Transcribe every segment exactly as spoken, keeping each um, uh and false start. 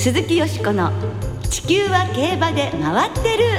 鈴木よしこの地球は競馬で回ってる。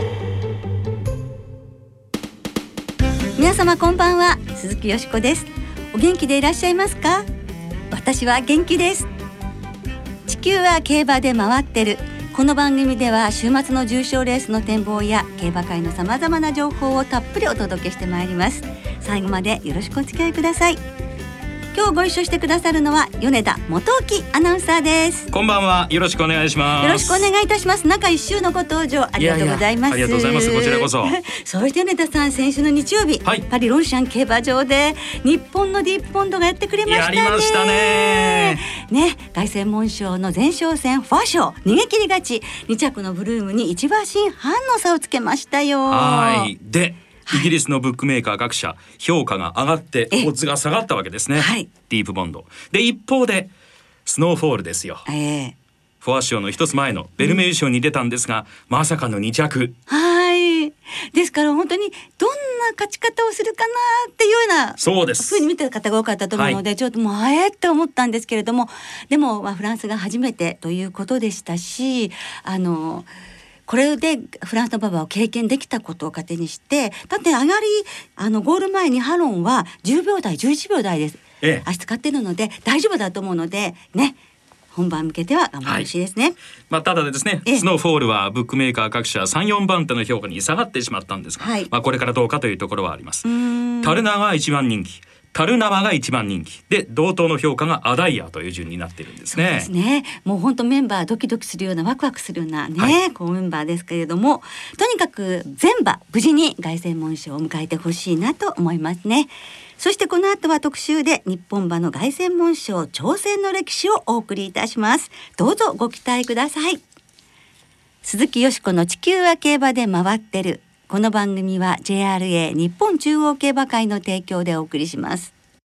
皆様こんばんは、鈴木よしこです。お元気でいらっしゃいますか？私は元気です。地球は競馬で回ってる。この番組では週末の重賞レースの展望や競馬界のさまざまな情報をたっぷりお届けしてまいります。最後までよろしくお付き合いください。今日ご一緒してくださるのは米田元興アナウンサーです。 こんばんは、よろしくお願いします。 よろしくお願いいたします。中一週のご登場ありがとうございます。 いやいやありがとうございます。こちらこそそして米田さん、先週の日曜日、はい、パリロンシャン競馬場で日本のディープボンドがやってくれましたね。 やりましたね。 ね、凱旋門賞の前哨戦ファー賞逃げ切り勝ち、に着のブルームにいち馬身半の差をつけましたよ。 はい。でイギリスのブックメーカー各社評価が上がってオッズが下がったわけですね、はい、ディープボンドで、一方でスノーフォールですよ、えー、フォア賞の一つ前のベルメイユ賞に出たんですが、うん、まさかのに着。 はい。ですから本当にどんな勝ち方をするかなっていうようなそうです風に見てる方が多かったと思うので、はい、ちょっともうあえって思ったんですけれども、でもまあフランスが初めてということでしたし、あのこれでフランスの馬場を経験できたことを糧にして、だって上がりあのゴール前にハロンはじゅうびょう台じゅういちびょう台です、ええ、足使ってるので大丈夫だと思うのでね、本番向けては頑張ってほしいですね、はい。まあ、 ただですね、スノーフォールはブックメーカー各社さん、よんばん手の評価に下がってしまったんですが、はい、まあ、これからどうかというところはあります。タルナがいちばん人気、タルナワがいちばん人気で、同等の評価がアダイヤという順になっているんですね。 そうですね。もう本当メンバードキドキするようなワクワクするようなね、はい、こうメンバーですけれども、とにかく全馬無事に凱旋門賞を迎えてほしいなと思いますね。そしてこの後は特集で日本馬の凱旋門賞挑戦の歴史をお送りいたします。どうぞご期待ください。鈴木よしこの地球は競馬で回ってる。この番組は ジェイアールエー 日本中央競馬会の提供でお送りします。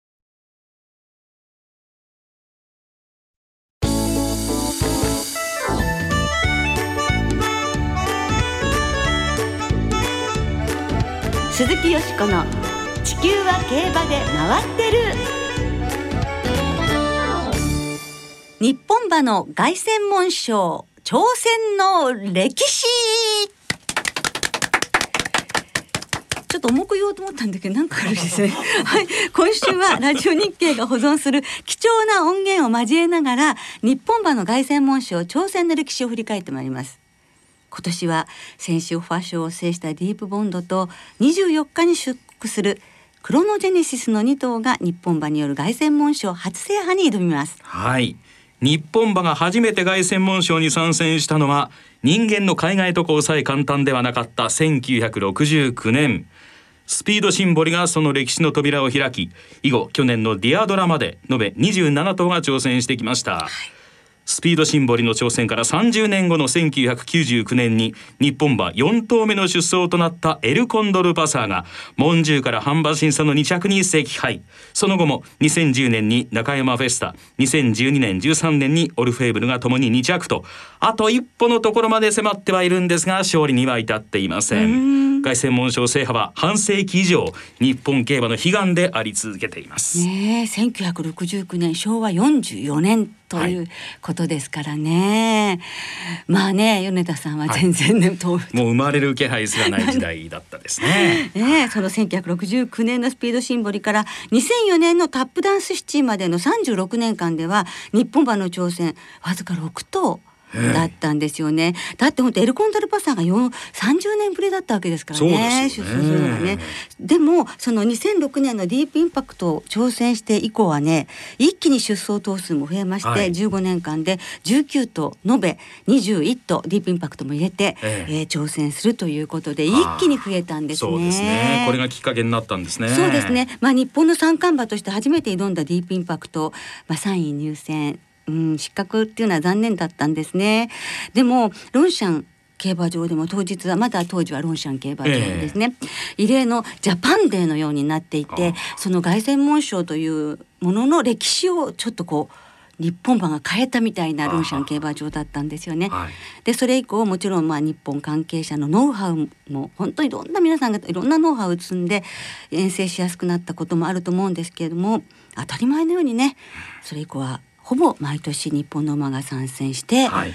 鈴木よしこの地球は競馬で回ってる。日本馬の凱旋門賞挑戦の歴史。ちょっと重く言おうと思ったんだけどなんかあるですねはい、今週はラジオ日経が保存する貴重な音源を交えながら日本馬の凱旋門賞挑戦の歴史を振り返ってまいります。今年は先週ファー賞を制したディープボンドとにじゅうよっかに出国するクロノジェネシスのに頭が日本馬による凱旋門賞初制覇に挑みます。 はい、日本馬が初めて凱旋門賞に参戦したのは人間の海外渡航さえ簡単ではなかったせんきゅうひゃくろくじゅうきゅうねん。スピードシンボリがその歴史の扉を開き、以後去年のディアドラまで延べにじゅうなな頭が挑戦してきました、はい。スピードシンボリの挑戦からさんじゅうねんごのせんきゅうひゃくきゅうじゅうきゅうねんに日本馬よん頭目の出走となったエルコンドルパサーが門中から半馬審査のに着に惜敗。その後もにせんじゅうねんに中山フェスタ、にせんじゅうにねんじゅうさんねんにオルフェーブルがともにに着と、あと一歩のところまで迫ってはいるんですが勝利には至っていません。凱旋門賞制覇は半世紀以上日本競馬の悲願であり続けています、 ね、せんきゅうひゃくろくじゅうきゅうねんしょうわよんじゅうよねんということですからね、はい、まあね、米田さんは全然ね、はい、もう生まれる気配すらない時代だったですねね、そのせんきゅうひゃくろくじゅうきゅうねんのスピードシンボリからにせんよねんのタップダンスシティまでのさんじゅうろくねんかんでは日本馬の挑戦わずかろく頭だったんですよね。だって本当エルコンドルパサーがさんじゅうねんぶりだったわけですからね。 そうですよね。 出走するのがね。でもそのにせんろくねんのディープインパクトを挑戦して以降はね、一気に出走頭数も増えまして、はい、じゅうごねんかんでじゅうきゅう頭延べにじゅういち頭ディープインパクトも入れて、えーえー、挑戦するということで一気に増えたんですね。 そうですね。これがきっかけになったんですね。 そうですね。まあ、日本の三冠馬として初めて挑んだディープインパクト、まあ、さんい入選、うん、失格っていうのは残念だったんですね。でもロンシャン競馬場でも当日はまだ当時はロンシャン競馬場ですね、えー、異例のジャパンデーのようになっていて、その凱旋門賞というものの歴史をちょっとこう日本馬が変えたみたいなロンシャン競馬場だったんですよね、はい、でそれ以降もちろんまあ日本関係者のノウハウも本当にいろんな皆さんがいろんなノウハウを積んで遠征しやすくなったこともあると思うんですけれども、当たり前のようにねそれ以降はほぼ毎年日本の馬が参戦して、はい、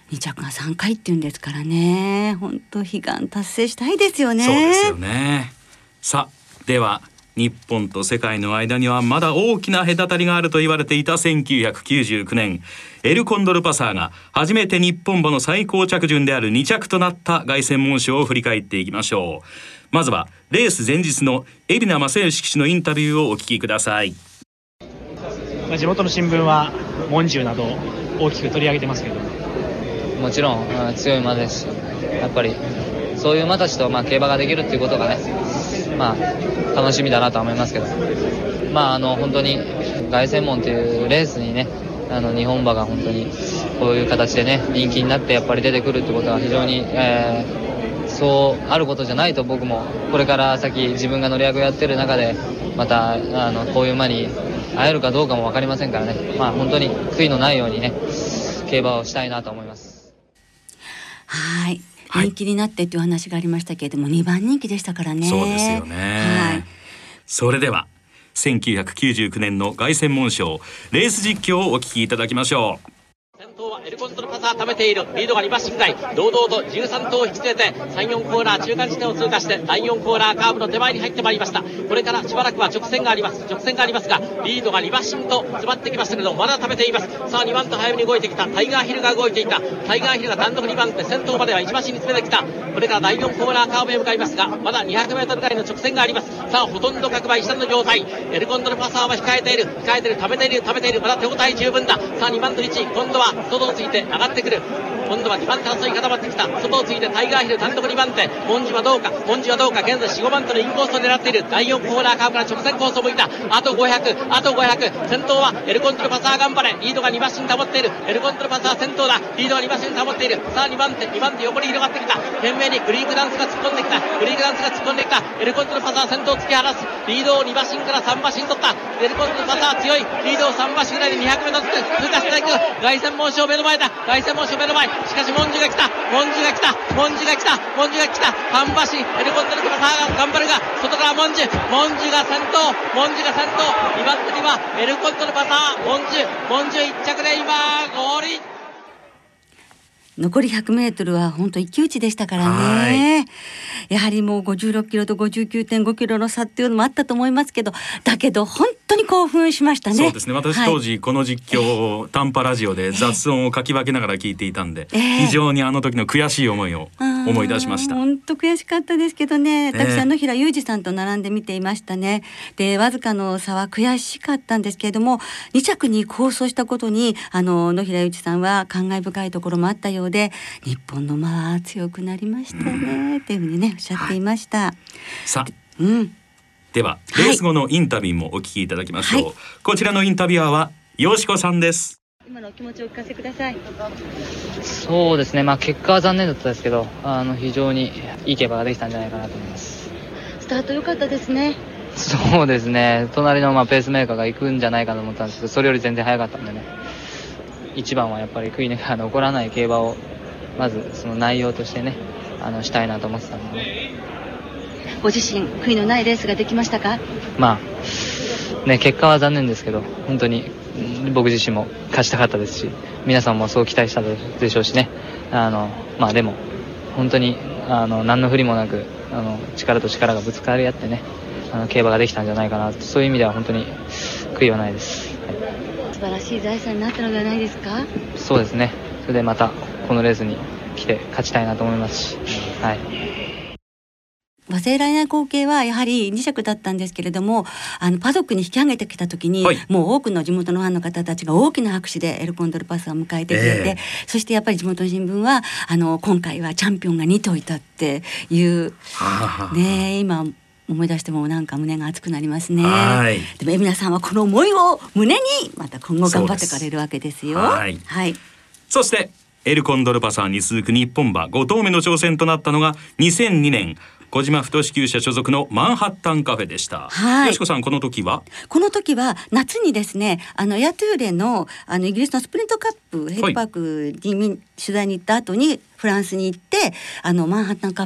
に着がさんかいっていうんですからね、本当悲願達成したいですよね。 そうですよね。さあでは日本と世界の間にはまだ大きな隔たりがあると言われていたせんきゅうひゃくきゅうじゅうきゅうねん、エルコンドルパサーが初めて日本馬の最高着順であるに着となった凱旋門賞を振り返っていきましょう。まずはレース前日のエリナ正義騎手のインタビューをお聞きください。 地元の新聞はモンジュなど大きく取り上げてますけど、 もちろん強い馬ですし、やっぱりそういう馬たちとまあ競馬ができるっていうことがね、まあ楽しみだなと思いますけど、まああの本当に凱旋門というレースにね、あの日本馬が本当にこういう形でね人気になってやっぱり出てくるってことは非常に、えー、そうあることじゃないと僕もこれから先自分が乗り役をやってる中でまたあのこういう馬に会えるかどうかも分かりませんからね、まあ本当に悔いのないようにね競馬をしたいなと思います。 はい、人気になってという話がありましたけれども、にばん人気でしたからね。 そうですよね、はい、それではせんきゅうひゃくきゅうじゅうきゅうねんの凱旋門賞レース実況をお聞きいただきましょう。 先頭はエルコンドルパサー溜めている。リードがに馬身外、堂々とじゅうさん頭を引き連れてさん、よんコーナー中間地点を通過してだいよんコーナーカーブの手前に入ってまいりました。これからしばらくは直線があります直線がありますが、リードがに馬身と詰まってきましたけどまだ溜めています。さあにばんと早めに動いてきたタイガーヒルが動いていた。タイガーヒルが単独にばん手、先頭まではいち馬身に詰めてきた。これからだいよんコーナーカーブへ向かいますが、まだ にひゃくメートル 台の直線があります。さあほとんど各馬一緒の状態。エルコンドルパサーは控えている控えている溜めている溜めているまだ手応え十分だ。さあにばんといち、今度は外をついて上がってくる。今度はにばん手争い固まってきた。外をついてタイガーヒル単独にばん手、モンジはどうかモンジはどうか現在 よん、ごばん手のインコースを狙っている。だいよんコーナーカーブから直線コースを向いた。あとごひゃくあとごひゃく、先頭はエルコントルパサー頑張れ。リードがに馬身保っている。エルコントルパサー先頭だ。リードがに馬身保っている。さあにばん手にばん手横に広がってきた。懸命にグリークダンスが突っ込んできた。グリークダンスが突っ込んできた。エルコントルパサー先頭を突き放す。リードをに馬身からさん馬身取った。エルコントルパサー強い。リードをさん馬身ぐらいでにひゃくメートル通過していく。凱旋門賞目の前だ。凱旋門賞目の前。しかしモンジが来た。モンジが来た。モンジが来た。モンジが来た。半馬身エルコントルパサーが頑張るが、外からモンジモンジが先頭。モンジが先頭。にばん手にはエルコントルパサー。モンジモンジいっ着で今ゴールイン。 残りひゃくメートルは本当一騎打ちでしたからね。やはりもうごじゅうろっキロと ごじゅうきゅうてんごキロの差っていうのもあったと思いますけど、だけど本当に興奮しましたね。 そうですね、私当時この実況を短波ラジオで雑音をかき分けながら聞いていたんで、えー、非常にあの時の悔しい思いを思い出しました。 本当悔しかったですけどね、私は野平裕二さんと並んで見ていましたね。でわずかの差は悔しかったんですけれども、に着に構想したことにあの野平裕二さんは感慨深いところもあったようで、日本の馬は強くなりましたねっていうふうにねおっしゃっていました、はい、 さあ、 うん、 ではレース後のインタビューもお聞きいただきましょう、はい、こちらのインタビュアーはよしこさんです。 今のお気持ちをお聞かせください。 そうですね、まあ、結果は残念だったですけど、あの非常にいい競馬ができたんじゃないかなと思います。 スタート良かったですね。 そうですね、隣のまあペースメーカーが行くんじゃないかと思ったんですけど、それより全然早かったんでね、一番はやっぱり悔いが残らない競馬をまずその内容としてねあのしたいなと思ってたので、ね、 ご自身悔いのないレースができましたか？ まあね、結果は残念ですけど本当に僕自身も勝ちたかったですし、皆さんもそう期待したでしょうしね、あのまあでも本当にあの何の不利もなくあの力と力がぶつかり合ってねあの競馬ができたんじゃないかな、そういう意味では本当に悔いはないです、はい、 素晴らしい財産になったのではないですか？ そうですね、それでまたこのレースに来て勝ちたいなと思いますし、はい、 忘れられない光景はやはりに着だったんですけれども、あのパドックに引き上げてきた時に、はい、もう多くの地元のファンの方たちが大きな拍手でエルコンドルパサーを迎えてくれて、えー、そしてやっぱり地元の新聞はあの今回はチャンピオンがに頭いたっていうね、今思い出してもなんか胸が熱くなりますね。はい、でも海老名さんはこの思いを胸にまた今後頑張っていかれるわけですよ。はい、はい、 そしてエルコンドルパサーに続く日本馬ご頭目の挑戦となったのがにせんにねん小島太支厩舎所属のマンハッタンカフェでした。はい、よしこさん、この時はこの時は夏にですね、あのヤトゥーレのあのイギリスのスプリントカップヘイドパークに、はい、取材に行った後にフランスに行って、あのマンハッタンカフェ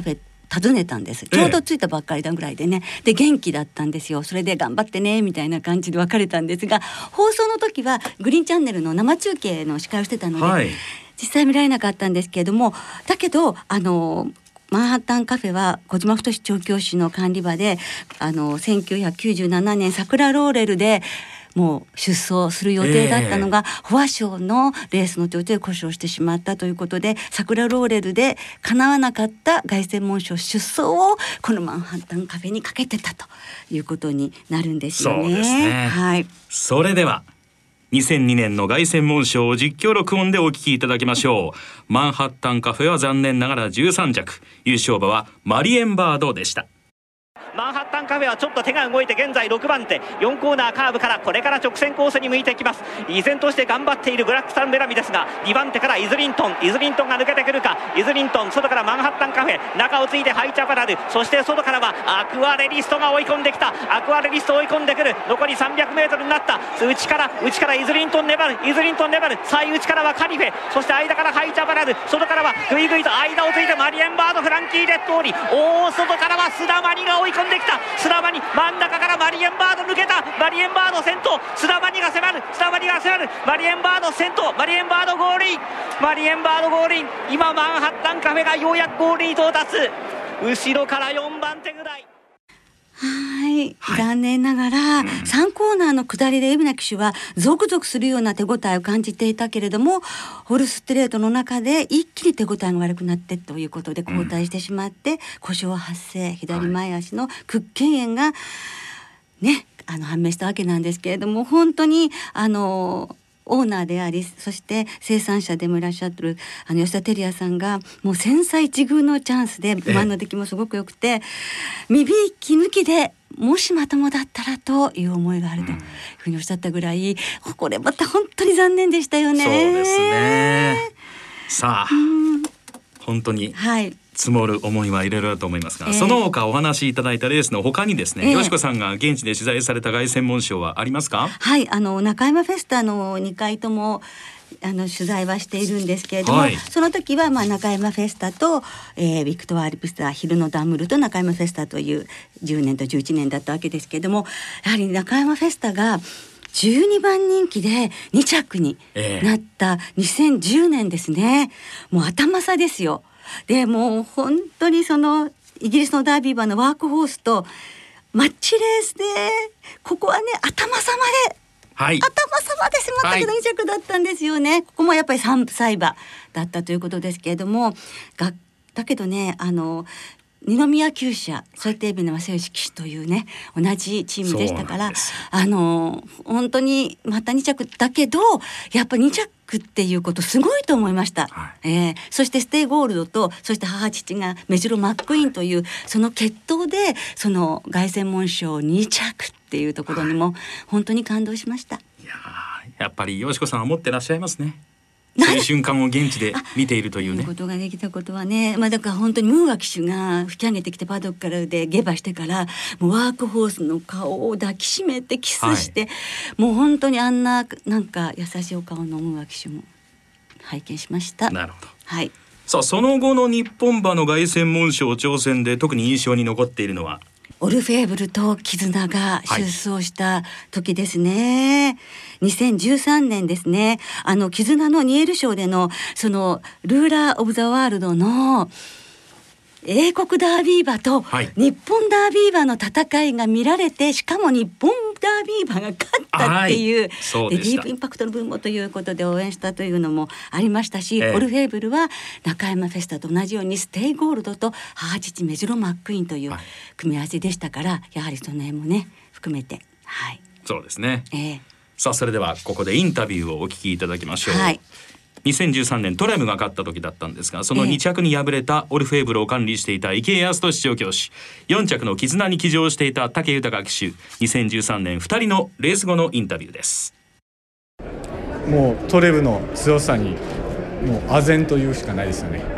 訪ねたんです。ちょうど着いたばっかりだぐらいでね、で元気だったんですよ。それで頑張ってねみたいな感じで別れたんですが、放送の時はグリーンチャンネルの生中継の司会をしてたので、はい、実際見られなかったんですけれども、だけどあのマンハッタンカフェは小島太調教師の管理場で、あのせんきゅうひゃくきゅうじゅうななねん桜ローレルでもう出走する予定だったのが、えー、フォア賞のレースの途中で故障してしまったということで、桜ローレルで叶わなかった凱旋門賞出走をこのマンハッタンカフェにかけてたということになるんですよね。 そうですね、 はい、 それではにせんにねんの凱旋門賞を実況録音でお聞きいただきましょう。マンハッタンカフェは残念ながらじゅうさん着、優勝馬はマリエンバードでした。 マンハッタンカフェはちょっと手が動いて現在ろくばんて、よんコーナーカーブからこれから直線コースに向いていきます。依然として頑張っているブラックサンベラミですが、にばんてからイズリントンイズリントンが抜けてくるか。イズリントン外からマンハッタンカフェ、中をついてハイチャパラル、そして外からはアクアレリストが追い込んできた。アクアレリスト追い込んでくる。残り さんびゃくメートル になった。内から内からイズリントン粘るイズリントン粘る最内からはカリフェ、そして間からハイチャパラル、外からはグイグイと間をついてマリエンバード、フランキー・レッドオーリー、大外からは須田マニが追い込んできた。須田マニ真ん中からマリエンバード抜けた。マリエンバード先頭、須田マニが迫る須田マニが迫るマリエンバード先頭、マリエンバードゴールインマリエンバードゴールイン今マンハッタンカフェがようやくゴールに到達。後ろからよんばんてぐらい。 はい、はい、残念ながら、うん、さんコーナーの下りで海老名騎手はゾクゾクするような手応えを感じていたけれども、ホルストレートの中で一気に手応えが悪くなってということで後退してしまって、うん、故障発生、左前足の屈腱炎がね、あの判明したわけなんですけれども、本当にあのオーナーであり、そして生産者でもいらっしゃってるあの吉田照也さんがもう千載一遇のチャンスで馬の出来もすごく良くて、身引き抜きでもしまともだったらという思いがあるというふうにおっしゃったぐらい、これまた本当に残念でしたよね。 そうですね。さあ、本当に、はい、積もる思いはいろいろだと思いますが、えー、その他お話しいただいたレースの他にですね、えー、よしこさんが現地で取材された凱旋門賞はありますか？ はい、あの中山フェスタのにかいともあの取材はしているんですけれども、はい、その時はまあ中山フェスタと、えー、ビクトワールプスター、ヒルノダンムルと中山フェスタというじゅうねんとじゅういちねんだったわけですけれども、やはり中山フェスタがじゅうにばん人気でに着になったにせんじゅうねんですね。もう頭差ですよ。でもう本当にそのイギリスのダービー馬のワークホースとマッチレースで、ここはね頭差まで、はい、頭差まで迫ったけどに着だったんですよね、はい、ここもやっぱりさんさい馬だったということですけれども、がだけどね、あの二宮厩舎、そうやって海老名正義騎手というね同じチームでしたから、あの本当にまたに着だけど、やっぱに着っていうことすごいと思いました、はい、えー、そしてステイゴールドと、そして母父がメジロマックイーンというその決闘でその凱旋門賞に着っていうところにも本当に感動しました、はい、 いややっぱりよしこさんは持ってらっしゃいますね。そういう瞬間を現地で見ているというね。 ことができたことはね、まあ、だから本当にムーア騎手が吹き上げてきてパドックからで下馬してから、もうワークホースの顔を抱きしめてキスして、はい、もう本当にあんななんか優しいお顔のムーア騎手も拝見しました。 なるほど、 はい、 さあその後の日本馬の凱旋門賞挑戦で特に印象に残っているのはオルフェーブルと絆が出走した時ですね、はい、にせんじゅうさんねんですね。あの絆のニエル賞でのそのルーラーオブザワールドの英国ダービー馬と日本ダービー馬の戦いが見られて、しかも日本ダービー馬が勝ったっていう、はい、そうでした。でディープインパクトの分もということで応援したというのもありましたし、えー、オルフェーブルは中山フェスタと同じようにステイゴールドと母父メジロマックイーンという組み合わせでしたから、はい、やはりその辺もね含めて、はい、 そうですね、 えー、 さあそれではここでインタビューをお聞きいただきましょう、 はい、 にせんじゅうさんねんトラムが勝った時だったんですが、そのに着に敗れたオルフェーブルを管理していた池江康俊調教師、よん着の絆に騎乗していた武豊騎手、にせんじゅうさんねんふたりのレース後のインタビューです。 もうトレブの強さにもう唖然というしかないですよね、はい、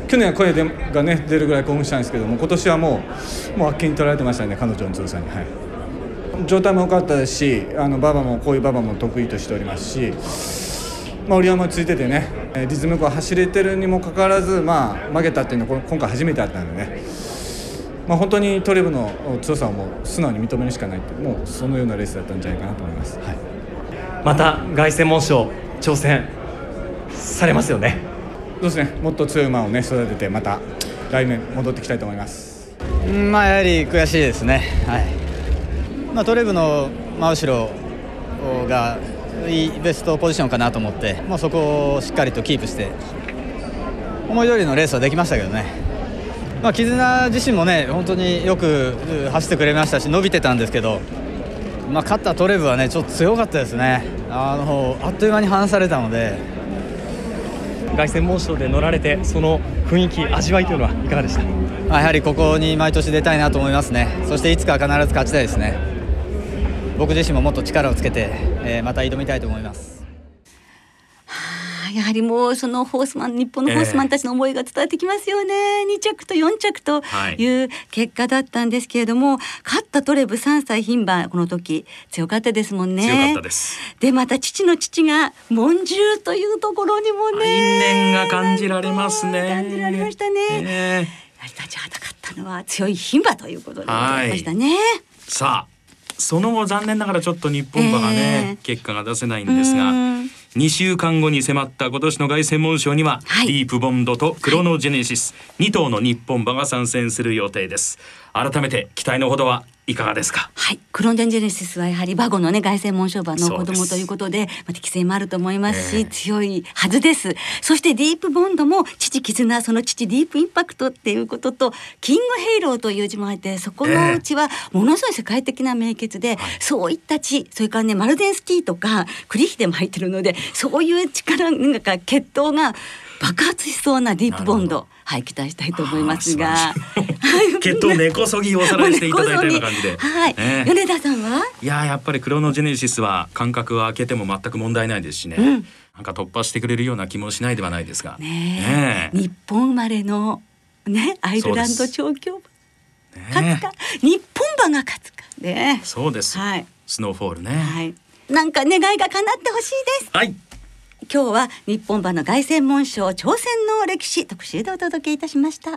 去年は声でが、ね、出るぐらい興奮したんですけども、今年はもうもうあっけに取られてましたね、彼女の強さに、はい、状態も良かったですし、あの馬場もこういう馬場も得意としておりますし、 まあ、折山ついててねリズムよく走れてるにもかかわらず、まあ、負けたっていうのは今回初めてだったのでね、まあ、本当にトレブの強さをもう素直に認めるしかないってもうそのようなレースだったんじゃないかなと思います、はい、 また凱旋門賞挑戦されますよね。 そうですね、もっと強い馬をね育ててまた来年戻ってきたいと思います。 まあやはり悔しいですね、はい。まあ、トレブの真後ろがいいベストポジションかなと思って、まあ、そこをしっかりとキープして思い通りのレースはできましたけどね、まあ、絆自身もね本当によく走ってくれましたし伸びてたんですけど、まあ、勝ったトレブはねちょっと強かったですね。あのあっという間に離されたので。 凱旋門賞で乗られてその雰囲気味わいというのはいかがでした？ まあ、やはりここに毎年出たいなと思いますね。そしていつか必ず勝ちたいですね。僕自身ももっと力をつけて、えー、また挑みたいと思います。 はあ、やはりもうそのホースマン日本のホースマンたちの思いが伝わってきますよね、えー、に着とよん着という結果だったんですけれども、はい、勝ったトレブさんさい牝馬この時強かったですもんね。 強かったです。 でまた父の父が門獣というところにもね因縁が感じられますね。 感じられましたね、えー、やはり立ちはだかったのは強い牝馬ということでございましたね。 さあその後残念ながらちょっと日本馬がね、えー、結果が出せないんですがにしゅうかんごに迫った今年の凱旋門賞には、はい、ディープボンドとクロノジェネシス、はい、に頭の日本馬が参戦する予定です。改めて期待のほどはいかがですか？ はい、クロノジェネシスはやはり馬後のね凱旋門賞馬の子供ということで、まあ、適性もあると思いますし、えー、強いはずです。そしてディープボンドも父絆その父ディープインパクトっていうこととキングヘイローという字も入ってそこのうちはものすごい世界的な名傑で、えー、そういった血それからねマルデンスキーとかクリヒデも入ってるのでそういう力なんか血統が爆発しそうなディープボンド、はい、期待したいと思いますが血統根こそぎをおさらいしていただいたような感じで、 はい、えー、米田さんはいややっぱりクロノジェネシスは間隔を空けても全く問題ないですしね、うん、なんか突破してくれるような気もしないではないですが、 ねえ、日本生まれの、ね、アイルランド調教馬、ね、勝つか日本馬が勝つかね。 そうです、はい、スノーフォールね、 はい、なんか願いが叶ってほしいです。 はい、 今日は日本馬の凱旋門賞挑戦の歴史特集でお届けいたしました。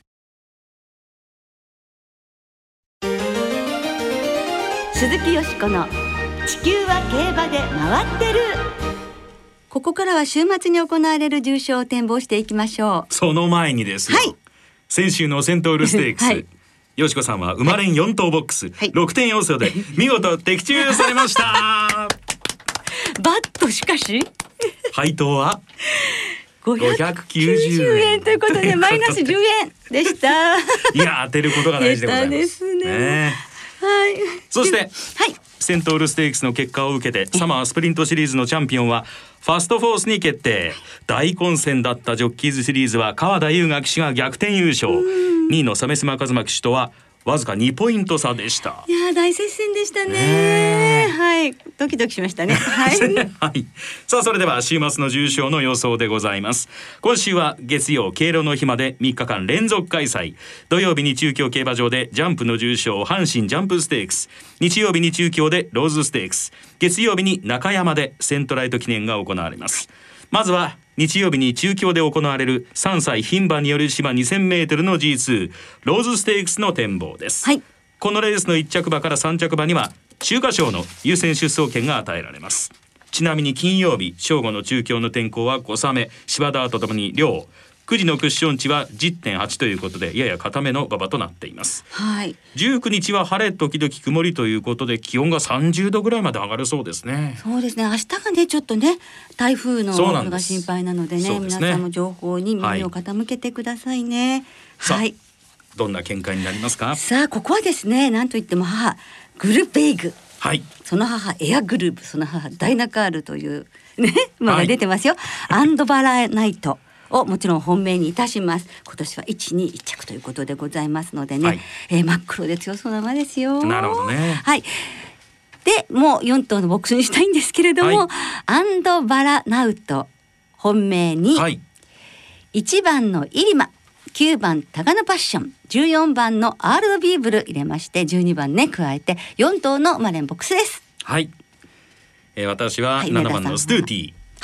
鈴木よしこの地球は競馬で回ってる。ここからは週末に行われる重賞を展望していきましょう。 その前にですよ、はい、先週のセントールステークス、はい、よしこさんは馬連よん頭ボックス、はい、ろくてん要素で見事的中されましたバッとしかし配当はごひゃくきゅうじゅうえんということでマイナスじゅうえんでしたいや当てることが大事でございますですね、ね、はい、 そして、 はい、 セントールステークスの結果を受けてサマースプリントシリーズのチャンピオンはファストフォースに決定。大混戦だったジョッキーズシリーズは川田優雅騎手が逆転優勝。にいの鮫島和馬騎手とはわずかにポイント差でした。 いや大接戦でしたね。はい、ドキドキしましたね。はい、 はい、さあそれでは週末の重賞の予想でございます。今週は月曜敬老の日までみっかかん連続開催。土曜日に中京競馬場でジャンプの重賞阪神ジャンプステークス、日曜日に中京でローズステークス、月曜日に中山でセントライト記念が行われます。まずは日曜日に中京で行われるさんさい牝馬による芝 にせんメートル の ジーツー ローズステークスの展望です、はい、このレースのいち着馬からさん着馬には秋華賞の優先出走権が与えられます。ちなみに金曜日正午の中京の天候は小雨、芝ダートともに良、くじのクッション値は じゅってんはち ということでやや固めの馬場となっています、 はい、 じゅうくにちは晴れ時々曇りということで気温がさんじゅうどぐらいまで上がるそうですね。 そうですね、明日がねちょっとね台風のことが心配なので ね, でね皆さんも情報に耳を傾けてくださいね、はい、はい、 どんな見解になりますか。 さあここはですねなんといっても母グルベイグ、 はい、 その母エアグループ、その母ダイナカールというね馬が出てますよ、はい、アンドバラナイトをもちろん本命にいたします。今年はいち、に、いち着ということでございますのでね、はい、えー、真っ黒で強そうな馬ですよ。 なるほどね。 はい。でもうよん頭のボックスにしたいんですけれども、はい、アンドバラナウト本命に、はい、いちばんのイリマ、きゅうばんタガノパッション、じゅうよんばんのアールドビーブル入れましてじゅうにばんね加えてよん頭のマレンボックスです。 はい、えー、私はななばんのストゥーティー、 は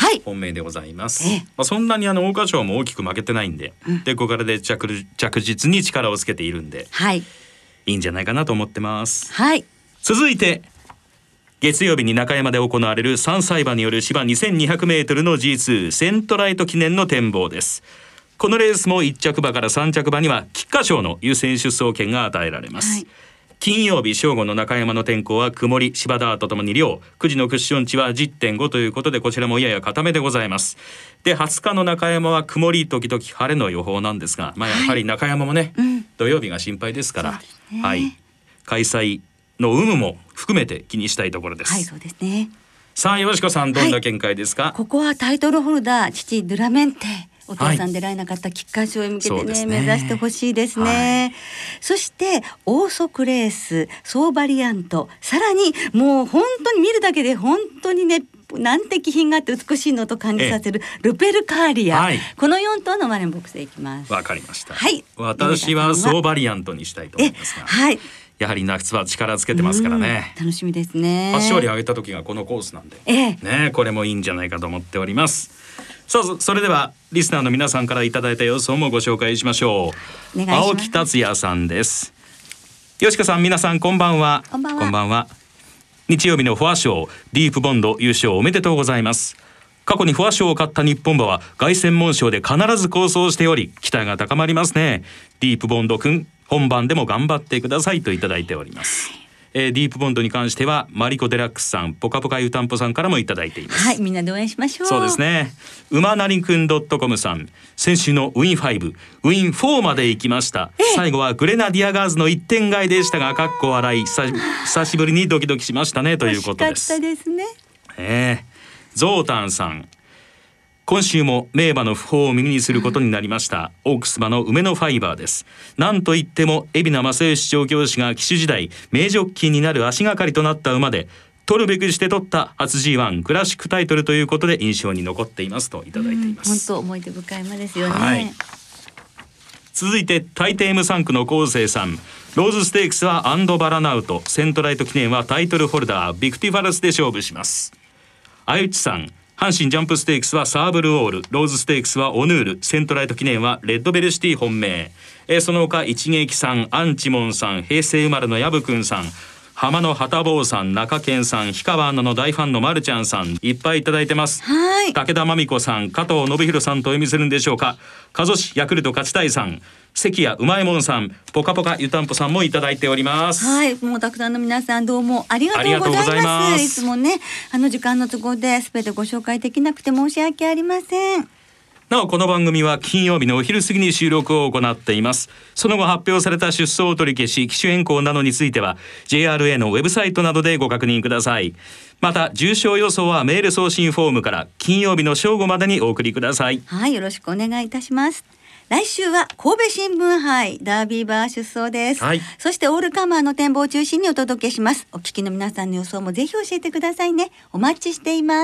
本命でございます、まあ、そんなにあの桜花賞も大きく負けてないんで、うん、で小柄で 着, 着実に力をつけているんで、はい、いいんじゃないかなと思ってます、はい、続いて月曜日に中山で行われるさんさい馬による芝 にせんにひゃくメートル の ジーツー セントライト記念の展望です。このレースもいっ着馬からさん着馬には菊花賞の優先出走権が与えられます、はい、金曜日正午の中山の天候は曇り、芝ダートともに良、くじのクッション値は じゅってんご ということでこちらもやや固めでございます。ではつかの中山は曇り時々晴れの予報なんですが、まあ、やはり中山もね、はい、うん、土曜日が心配ですから、ね、はい、開催の有無も含めて気にしたいところです。 はい、そうですね。 さあよしこさん、どんな見解ですか？はい、 ここはタイトルホルダー父ドゥラメンテ、お父さん出られなかった菊花賞へ向けて ね,、はい、ね目指してほしいですね、はい、そしてオーソクレース、ソーバリアント、さらにもう本当に見るだけで本当にね難敵品があって美しいのと感じさせるルペルカーリア、はい、このよん頭のマネンボックスでいきます。 わかりました、はい、私はソーバリアントにしたいと思いますが、はい、やはり夏は力つけてますからね、 楽しみですね。 初勝利を挙げた時がこのコースなんで、ええね、これもいいんじゃないかと思っております。さあそれではリスナーの皆さんからいただいた予想もご紹介しましょう。青木達也さんです。よしこさん、皆さんこんばんは。 こんばんは。 こんばんは。日曜日のフォア賞ディープボンド優勝おめでとうございます。過去にフォア賞を勝った日本馬は凱旋門賞で必ず好走しており期待が高まりますね。ディープボンドくん、本番でも頑張ってくださいといただいております。えー、ディープボンドに関してはマリコデラックスさん、ポカポカ湯たんぽさんからもいただいています。 はい、みんなで応援しましょう。 そうですね。馬なりくん .com さん、先週のウィンファイブ、ウィンフォーまで行きました。最後はグレナディアガーズのいってん買いでしたが、かっこ笑い、久しぶりにドキドキしましたねということです。 惜しかったですね。 えー、ゾウタンさん、今週も名馬の訃報を耳にすることになりました、うん、オークス馬の梅のファイバーです。なんといっても海老名正義調教師が騎手時代名ジョッキーになる足がかりとなった馬で、取るべくして取った初 ジーワン クラシックタイトルということで印象に残っていますといただいています。 本当思い出深い馬ですよね、 はい、続いてタイテームさん区の昴生さん、ローズステークスはアンドバラナウト、セントライト記念はタイトルホルダービクティファルスで勝負します。相内さん、阪神ジャンプステークスはサーブルオール、ローズステークスはオヌール、セントライト記念はレッドベルシティ本命、えー、その他一撃さん、アンチモンさん、平成生まれのヤブくんさん、浜野旗坊さん、中堅さん、氷川アナの大ファンのマルちゃんさん、いっぱいいただいてます。 はい、 武田真美子さん、加藤信弘さんとお読みするんでしょうか。加須市ヤクルト勝ちたいさん、関谷うまいもんさん、ポカポカ湯たんぽさんもいただいております。 はい、もうたくさんの皆さんどうもありがとうございます。いつもね、あの時間の都合で全てご紹介できなくて申し訳ありません。 なおこの番組は金曜日のお昼過ぎに収録を行っています。その後発表された出走取り消し、機種変更などについては ジェイアールエー のウェブサイトなどでご確認ください。また重賞予想はメール送信フォームから金曜日の正午までにお送りください。 はい、よろしくお願いいたします。来週は神戸新聞杯ダービー馬出走です、はい、そしてオールカマーの展望を中心にお届けします。お聞きの皆さんの予想もぜひ教えてくださいね。お待ちしています。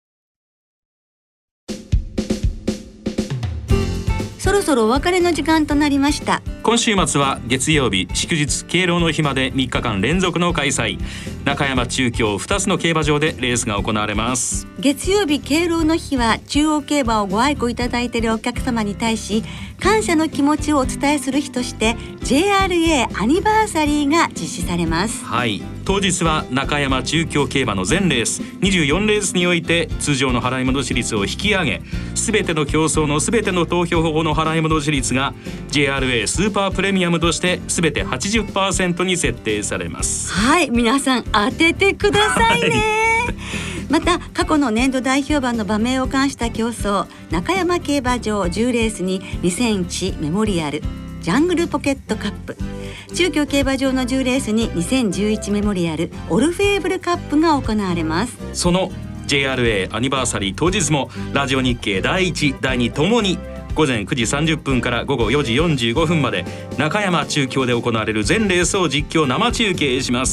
そろそろお別れの時間となりました。 今週末は月曜日祝日敬老の日までみっかかん連続の開催、中山中京ふたつの競馬場でレースが行われます。 月曜日敬老の日は中央競馬をご愛顧いただいているお客様に対し感謝の気持ちをお伝えする日として ジェイアールエー アニバーサリーが実施されます。 はい、当日は中山中京競馬の全レースにじゅうよんレースにおいて通常の払い戻し率を引き上げ、すべての競争のすべての投票法の払い戻し率が ジェイアールエー スーパープレミアムとしてすべて はちじゅっパーセント に設定されます。 はい、皆さん当ててくださいね、はい、また過去の年度代表馬の馬名を冠した競争中山競馬場じゅうレースににせんいちメモリアルジャングルポケットカップ、中京競馬場のじゅうレースににせんじゅういちメモリアルオルフェーブルカップが行われます。 その ジェイアールエー アニバーサリー当日もラジオ日経だいいちだいにともに午前くじさんじゅっぷんから午後よじよんじゅうごふんまで中山中京で行われる全レースを実況生中継します。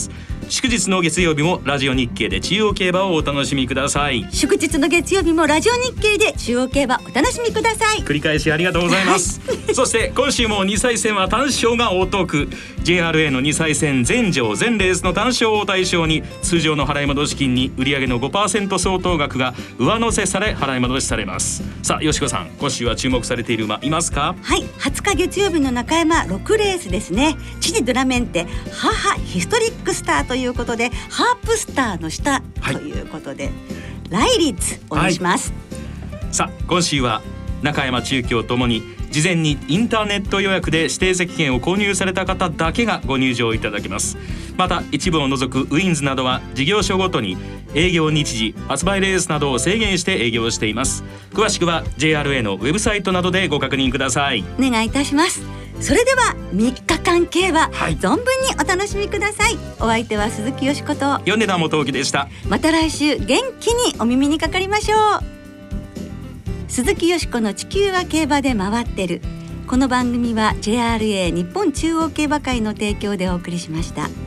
祝日の月曜日もラジオ日経で中央競馬をお楽しみください。 祝日の月曜日もラジオ日経で中央競馬お楽しみください。 繰り返しありがとうございます、はい、そして今週もにさい戦は単勝がお得。 ジェイアールエー のにさい戦全場全レースの単勝を対象に通常の払い戻し金に売上の ごパーセント 相当額が上乗せされ払い戻しされます。さあよしこさん、今週は注目されている馬いますか？ はい、はつか月曜日の中山ろくレースですね。チリドラメンテ母ヒストリックスターということでハープスターの下ということで、はい、来率お願いします、 はい、さあ今週は中山中京ともに事前にインターネット予約で指定席券を購入された方だけがご入場いただけます。また一部を除くウィンズなどは事業所ごとに営業日時、発売レースなどを制限して営業しています。詳しくは ジェイアールエー のウェブサイトなどでご確認ください。 お願いいたします。それではみっかかん競馬、はい、存分にお楽しみください。お相手は鈴木よしこと米田元興でした。 また来週元気にお耳にかかりましょう。鈴木よしこの地球は競馬で回ってる。この番組は ジェイアールエー 日本中央競馬会の提供でお送りしました。